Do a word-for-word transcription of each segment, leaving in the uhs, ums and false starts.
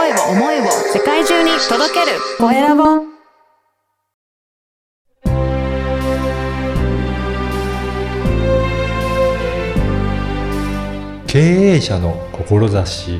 声を思いを世界中に届けるコエラボ。 経営者の志。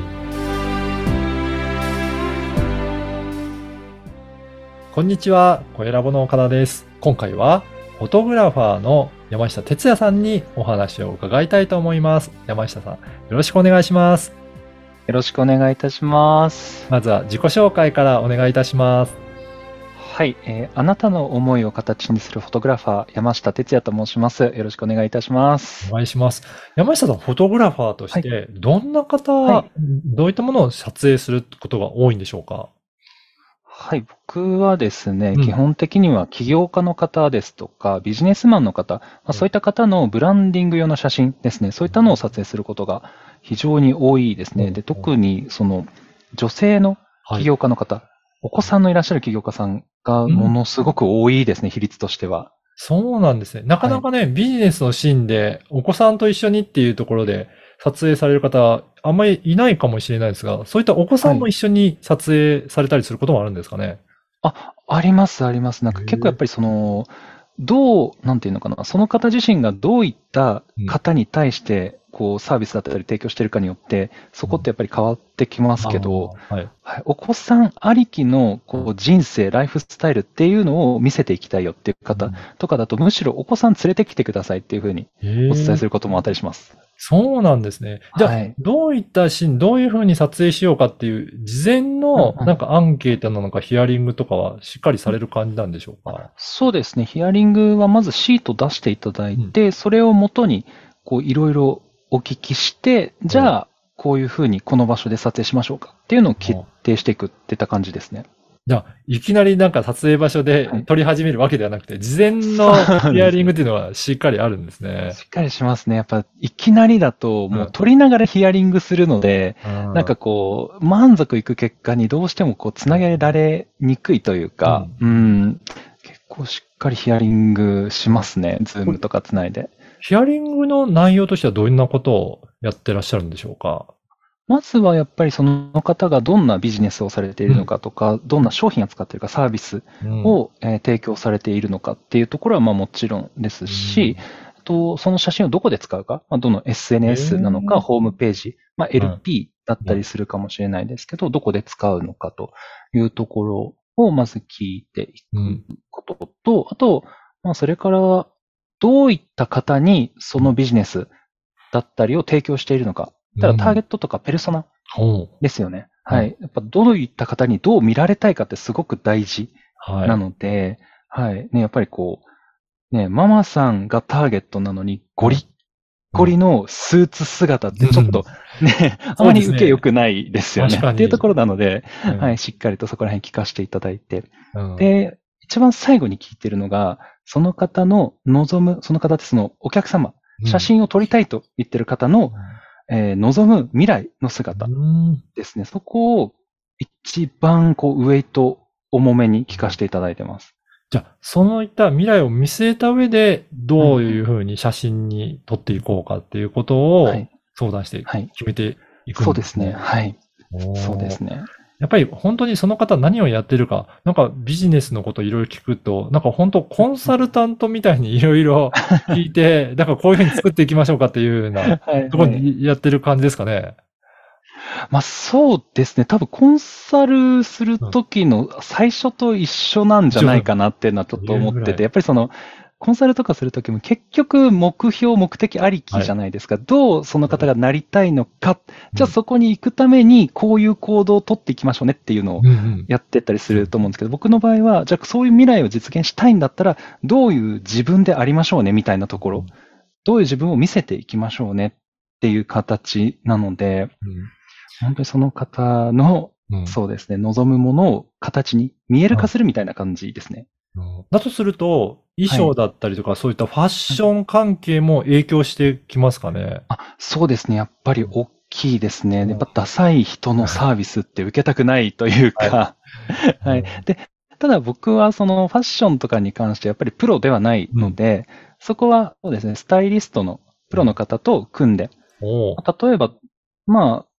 こんにちは、コエラボの岡田です。今回はフォトグラファーの山下哲也さんにお話を伺いたいと思います。山下さん、よろしくお願いします。 よろしくお願いいたします。 まずは自己紹介からお願いいたします。 はい、えー、あなたの思いを形にするフォトグラファー、山下哲也と申します。よろしくお願いいたします。 お願いします。山下さん、フォトグラファーとして、はい、どんな方、はい、どういったものを撮影することが多いんでしょうか？ はい、僕はですね、うん、基本的には起業家の方ですとか、ビジネスマンの方、まあ、そういった方のブランディング用の写真ですね、そういったのを撮影することが非常に多いですね。で、特にその女性の起業家の方、はい、お子さんのいらっしゃる起業家さんがものすごく多いですね、うん、比率としては。 そうなんですね。なかなかね、はい、ビジネスのシーンでお子さんと一緒にっていうところで撮影される方、あんまりいないかもしれないですが、そういったお子さんも一緒に撮影されたりすることもあるんですかね？はい、 あ、あります、あります。なんか結構やっぱりその、どう、なんていうのかな、その方自身がどういった方に対して、こう、サービスだったり提供しているかによって、そこってやっぱり変わってきますけど、はいはい、お子さんありきのこう人生、ライフスタイルっていうのを見せていきたいよっていう方とかだと、むしろお子さん連れてきてくださいっていうふうにお伝えすることもあったりします。 そうなんですね。じゃあ、はい、どういったシーン、どういうふうに撮影しようかっていう、事前のなんかアンケートなのかヒアリングとかはしっかりされる感じなんでしょうか？ そうですね。ヒアリングはまずシート出していただいて、うん、それをもとに、こう、いろいろお聞きして、じゃあ、こういうふうにこの場所で撮影しましょうかっていうのを決定していくっていった感じですね。 じゃあ、いきなりなんか撮影場所で撮り始めるわけではなくて、はい、事前のヒアリングっていうのはしっかりあるんですね。 しっかりしますね。やっぱ、いきなりだと、もう撮りながらヒアリングするので、うん、なんかこう、満足いく結果にどうしてもこう、つなげられにくいというか、うん、うん結構しっかりヒアリングしますね。ズームとかつないで。 ヒアリングの内容としてはどんなことをやってらっしゃるんでしょうか？ まずはやっぱりその方がどんなビジネスをされているのかとか、うん、どんな商品を使っているか、サービスを、うんえー、提供されているのかっていうところはまあもちろんですし、うん、とその写真をどこで使うか、まあ、どの エスエヌエス なのか、ホームページ、まあ、エルピー だったりするかもしれないですけど、うん、どこで使うのかというところをまず聞いていくことと、うん、あと、まあ、それからどういった方にそのビジネスだったりを提供しているのか、ただターゲットとかペルソナですよね。うん、はい。やっぱどういった方にどう見られたいかってすごく大事なので、はい。はい、ね、やっぱりこう、ね、ママさんがターゲットなのにゴリッゴリのスーツ姿ってちょっとね、うん、あまり受け良くないですよね。っていうところなので、うん、はい、しっかりとそこら辺聞かせていただいて。うん、で、一番最後に聞いてるのが、その方の望む、その方ってそのお客様、写真を撮りたいと言ってる方の、うんえー、望む未来の姿ですね。そこを一番こうウェイト重めに聞かせていただいてます。 じゃあ、そういった未来を見据えた上で、どういうふうに写真に撮っていこうかっていうことを相談して決めていくんですね。 はい。そうですね。はい。そうですね。 やっぱり本当にその方何をやってるか、なんかビジネスのこといろいろ聞くと、なんか本当コンサルタントみたいにいろいろ聞いて、だからこういうふうに作っていきましょうかっていうようなところにやってる感じですかね。はいはい、 まあそうですね。多分コンサルするときの最初と一緒なんじゃないかなっていうのはちょっと思ってて、やっぱりその、コンサルとかするときも結局目標、目的ありきじゃないですか。はい、どうその方がなりたいのか。うん、じゃあそこに行くためにこういう行動を取っていきましょうねっていうのをやってったりすると思うんですけど、うんうん、僕の場合は、じゃあそういう未来を実現したいんだったら、どういう自分でありましょうねみたいなところ。うん、どういう自分を見せていきましょうねっていう形なので、うん、本当にその方の、うん、そうですね、望むものを形に見える化するみたいな感じですね。 だとすると、衣装だったりとか、はい、そういったファッション関係も影響してきますかね。 あ、そうですね。やっぱり大きいですね。やっぱダサい人のサービスって受けたくないというか、はいはい、で、ただ僕はそのファッションとかに関してやっぱりプロではないので、うん、そこはそうですね、スタイリストのプロの方と組んで、例えば、まあ、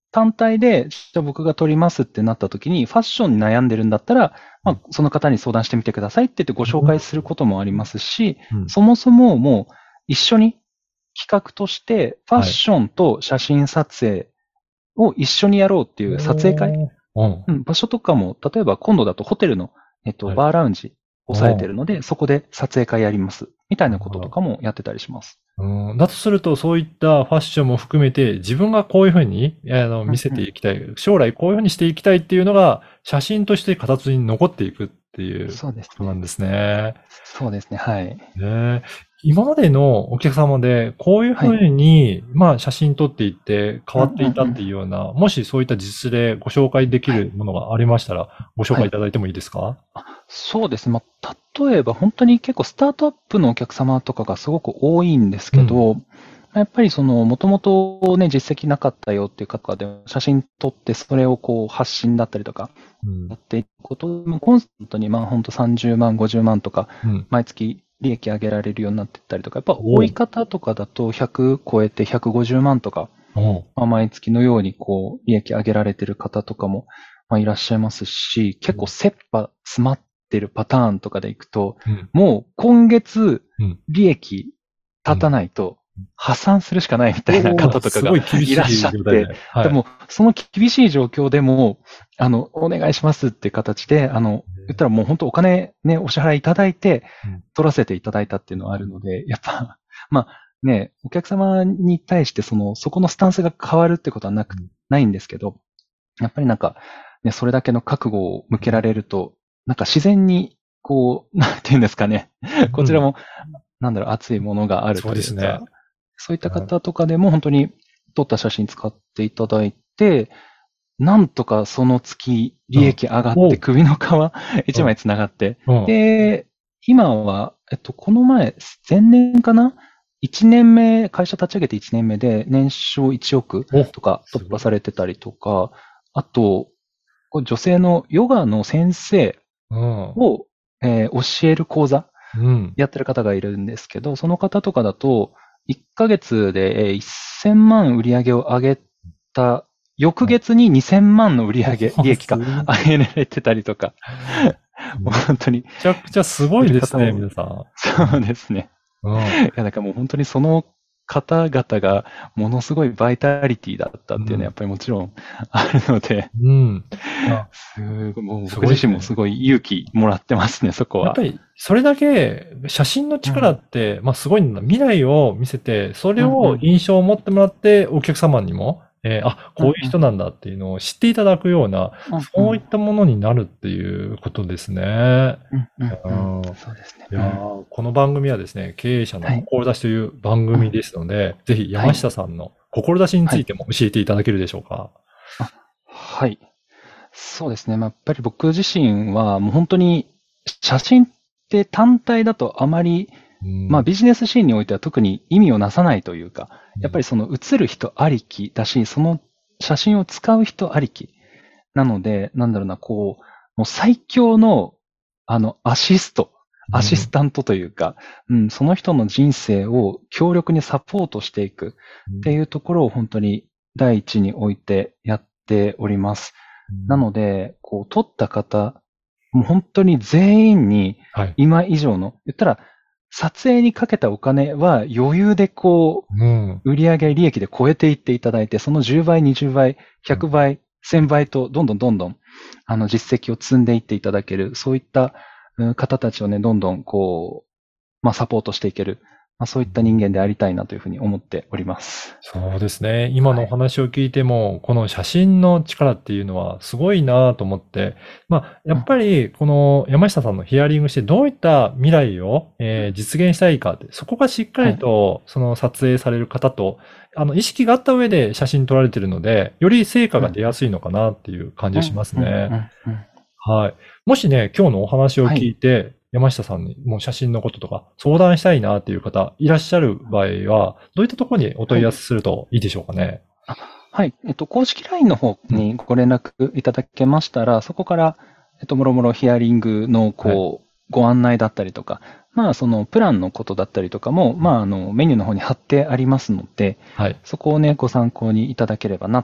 単体で、じゃあ僕が撮りますってなった時に、ファッションに悩んでるんだったら、まあ、その方に相談してみてくださいって言ってご紹介することもありますし、 うん、 そもそももう一緒に企画として、ファッションと写真撮影を一緒にやろうっていう撮影会、うん、場所とかも、例えば今度だとホテルの、えっと、バーラウンジを抑えてるので、そこで撮影会やります。みたいなこととかもやってたりします。 うん、だとすると、そういったファッションも含めて、自分がこういうふうにあの見せていきたい、うんうん、将来こういうふうにしていきたいっていうのが、写真として形に残っていくっていうことなんですね。 そうですね、はい。 ね、今までのお客様で、こういうふうに、はい、まあ写真撮っていって変わっていたっていうような、うんうんうん、もしそういった実例ご紹介できるものがありましたら、ご紹介いただいてもいいですか？はい、 そうですね。まあ、例えば本当に結構スタートアップのお客様とかがすごく多いんですけど、うん、やっぱりその、もともとね、実績なかったよっていう方で写真撮って、それをこう発信だったりとか、やっていくことも、コンスタントにまあ本当さんじゅうまん、ごじゅうまんとか、毎月利益上げられるようになっていったりとか、やっぱ多い方とかだとひゃく超えてひゃくごじゅうまんとか、まあ、毎月のようにこう、利益上げられてる方とかも、まあ、いらっしゃいますし、結構切羽詰まってるパターンとかでいくと、うん、もう今月利益立たないと破産するしかないみたいな方とかがいらっしゃって、はい、でもその厳しい状況でも、あの、お願いしますって形で、あの、言ったらもう本当お金ね、お支払いいただいて、取らせていただいたっていうのはあるので、やっぱ、まあね、お客様に対してその、そこのスタンスが変わるってことはなく、ないんですけど、やっぱりなんか、ね、それだけの覚悟を向けられると、なんか自然に、こう、なんていうんですかね。こちらも、なんだろう、熱いものがあるというか、そうですね。そういった方とかでも本当に撮った写真使っていただいて、なんとかその月利益上がって首の皮一枚つながって、で、今は、えっと、この前、前年かな一年目、会社立ち上げて一年目で年商いちおくとか突破されてたりとか、あと、女性のヨガの先生を、うんえー、教える講座やってる方がいるんですけど、うん、その方とかだと、いっかげつでせんまん売り上げを上げた、翌月ににせんまんの売り上げ、利益が上げられてたりとか、もう本当に。 めちゃくちゃすごいですね、皆さん。 そうですね。うん、いや、だからもう本当にその方々がものすごいバイタリティだったっていうのはやっぱりもちろんあるので、うん。すごい、もう僕自身もすごい勇気もらってますね、そこは。 やっぱりそれだけ写真の力って、うん、まあすごいんだ。未来を見せて、それを印象を持ってもらってお客様にも、えー、あ、こういう人なんだっていうのを知っていただくような、うん、そういったものになるっていうことですね。 そうですね。 いやこの番組はですね、経営者の志という番組ですので、はい、ぜひ山下さんの志についても教えていただけるでしょうか。 はい。はい、そうですね。まあ、やっぱり僕自身はもう本当に写真って単体だとあまり、まあビジネスシーンにおいては特に意味をなさないというか、やっぱりその映る人ありきだし、その写真を使う人ありき。なので、なんだろうな、こう、もう最強の、あの、アシスト、アシスタントというか、うん、その人の人生を強力にサポートしていくっていうところを本当に第一に置いてやっております。なので、こう、撮った方、もう本当に全員に今以上の、はい、言ったら、撮影にかけたお金は余裕でこう、うん、売上利益で超えていっていただいて、そのじゅうばい、にじゅうばい、ひゃくばい、せんばいとどんどんどんどん、あの実績を積んでいっていただける、そういった方たちをね、どんどんこう、まあサポートしていける、まあそういった人間でありたいなというふうに思っております。 そうですね。今のお話を聞いても、はい、この写真の力っていうのはすごいなと思って、まあやっぱりこの山下さんのヒアリングしてどういった未来を、えー、実現したいかって、そこがしっかりとその撮影される方と、あの意識があった上で写真撮られているので、より成果が出やすいのかなっていう感じがしますね。はい。もしね、今日のお話を聞いて、はい、山下さんにもう写真のこととか相談したいなっていう方いらっしゃる場合は、どういったところにお問い合わせするといいでしょうかね。 はい。はい、えっと、公式 ライン の方にご連絡いただけましたら、うん、そこから、えっと、もろもろヒアリングの、こう、はい、ご案内だったりとか、まあ、その、プランのことだったりとかも、まあ、あの、メニューの方に貼ってありますので、はい、そこをね、ご参考にいただければなと、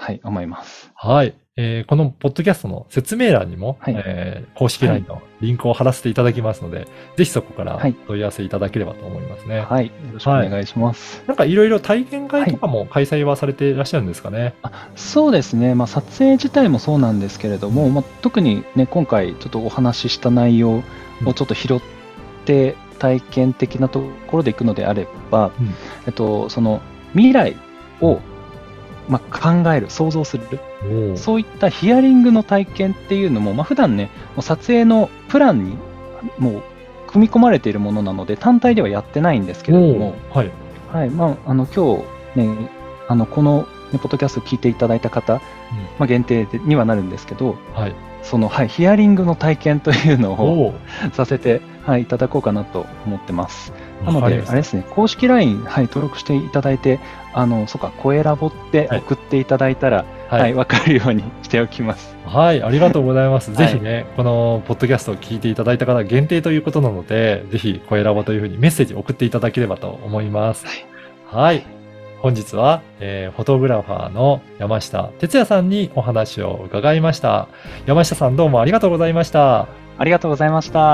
はい、思います。 はい。えー、このポッドキャストの説明欄にも、はい、えー、公式 ライン のリンクを貼らせていただきますので、はい、ぜひそこから問い合わせいただければと思いますね。 はい。はい、よろしくお願いします。 はい、なんかいろいろ体験会とかも開催はされていらっしゃるんですかね。 はい、あそうですね。まあ、撮影自体もそうなんですけれども、まあ、特にね、今回ちょっとお話しした内容をちょっと拾って体験的なところでいくのであれば、うん、えっと、その未来を、まあ、考える、想像する、そういったヒアリングの体験っていうのも、まあ、普段ね、もう撮影のプランにもう組み込まれているものなので、単体ではやってないんですけれども、はい、はい、まあ、あの今日ね、あのこの、ね、ポッドキャストを聞いていただいた方、うん、まあ、限定でにはなるんですけど、はい、その、はい、ヒアリングの体験というのをさせて、はい、いただこうかなと思ってます。なので、あれですね、公式 ライン、はい、登録していただいて、あの、そうか、声ラボって送っていただいたら、はい、はい、わかるようにしておきます。 はい、ありがとうございます。ぜひね、はい、このポッドキャストを聞いていただいた方限定ということなので、ぜひ声ラボというふうにメッセージを送っていただければと思います。はい。はい、本日は、えー、フォトグラファーの山下哲也さんにお話を伺いました。山下さんどうもありがとうございました。 ありがとうございました。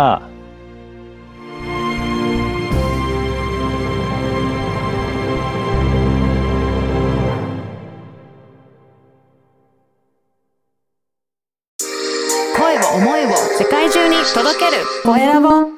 声を思いを世界中に届けるコエラボ。